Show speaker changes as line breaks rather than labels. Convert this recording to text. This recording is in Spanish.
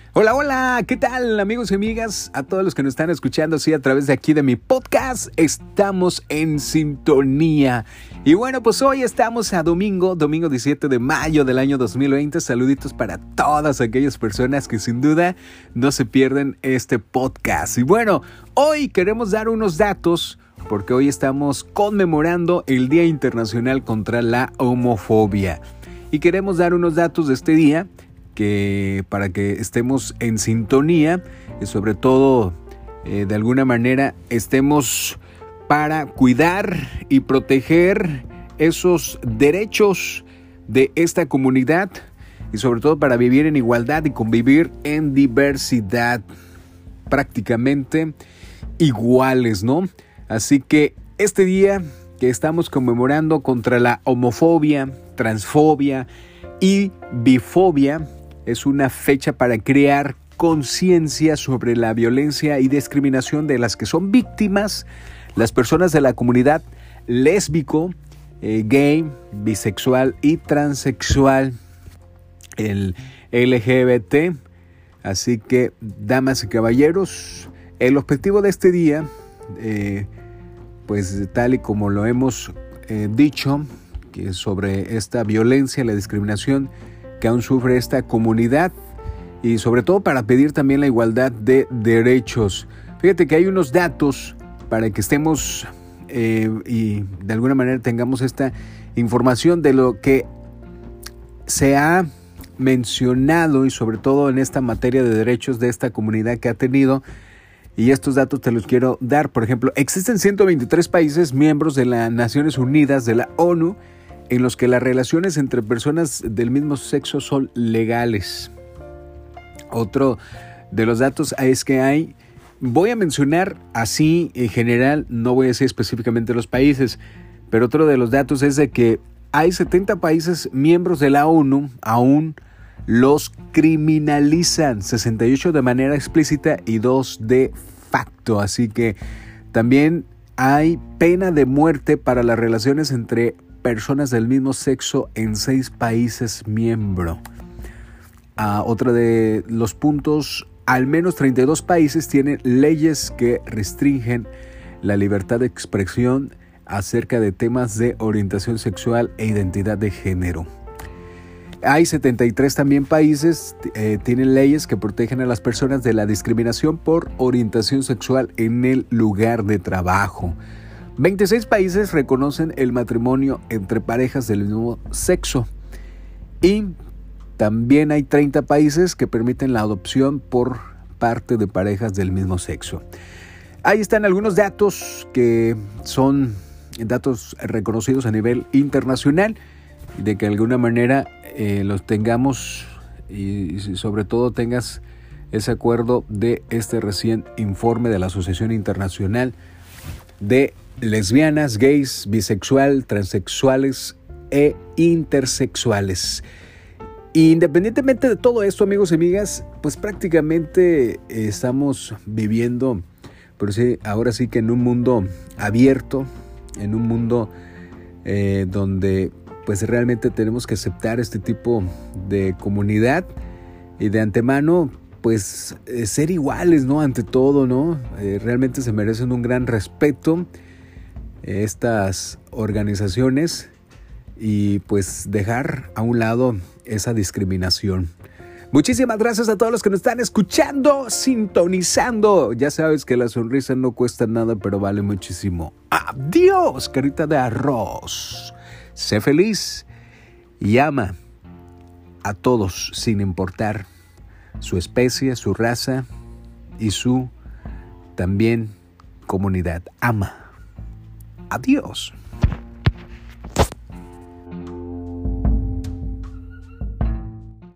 Hola, hola, ¿qué tal amigos y amigas? A todos los que nos están escuchando así a través de aquí de mi podcast, estamos en sintonía. Y bueno, pues hoy estamos a domingo 17 de mayo del año 2020. Saluditos para todas aquellas personas que sin duda no se pierden este podcast. Y bueno, hoy queremos dar unos datos porque hoy estamos conmemorando el Día Internacional contra la Homofobia. Y queremos dar unos datos de este día para que estemos en sintonía y sobre todo de alguna manera estemos para cuidar y proteger esos derechos de esta comunidad y sobre todo para vivir en igualdad y convivir en diversidad prácticamente iguales, ¿no? Así que este día que estamos conmemorando contra la homofobia, transfobia y bifobia es una fecha para crear conciencia sobre la violencia y discriminación de las que son víctimas las personas de la comunidad lésbico, gay, bisexual y transexual, el LGBT. Así que, damas y caballeros, el objetivo de este día, pues tal y como lo hemos dicho, que sobre esta violencia, la discriminación que aún sufre esta comunidad y sobre todo para pedir también la igualdad de derechos. Fíjate que hay unos datos para que estemos y de alguna manera tengamos esta información de lo que se ha mencionado y sobre todo en esta materia de derechos de esta comunidad que ha tenido. Y estos datos te los quiero dar. Por ejemplo, existen 123 países miembros de las Naciones Unidas, de la ONU, en los que las relaciones entre personas del mismo sexo son legales. Otro de los datos es que voy a mencionar así en general, no voy a decir específicamente los países, pero otro de los datos es de que hay 70 países miembros de la ONU, aún los criminalizan, 68 de manera explícita y 2 de facto. Así que también hay pena de muerte para las relaciones entre personas del mismo sexo en 6 países miembros. Otro de los puntos, al menos 32 países tienen leyes que restringen la libertad de expresión acerca de temas de orientación sexual e identidad de género. Hay 73 también países tienen leyes que protegen a las personas de la discriminación por orientación sexual en el lugar de trabajo. 26 países reconocen el matrimonio entre parejas del mismo sexo y también hay 30 países que permiten la adopción por parte de parejas del mismo sexo. Ahí están algunos datos que son datos reconocidos a nivel internacional y de que de alguna manera los tengamos y sobre todo tengas ese acuerdo de este recién informe de la Asociación Internacional de lesbianas, gays, bisexual, transexuales e intersexuales. Independientemente de todo esto, amigos y amigas, pues prácticamente estamos viviendo, por sí, ahora sí que en un mundo abierto, en un mundo donde pues realmente tenemos que aceptar este tipo de comunidad y de antemano pues ser iguales, ¿no? Ante todo, ¿no? Realmente se merecen un gran respeto estas organizaciones y pues dejar a un lado esa discriminación. Muchísimas gracias a todos los que nos están escuchando, sintonizando. Ya sabes que la sonrisa no cuesta nada, pero vale muchísimo. Adiós, carita de arroz. Sé feliz y ama a todos sin importar su especie, su raza y su también comunidad. Ama. Adiós.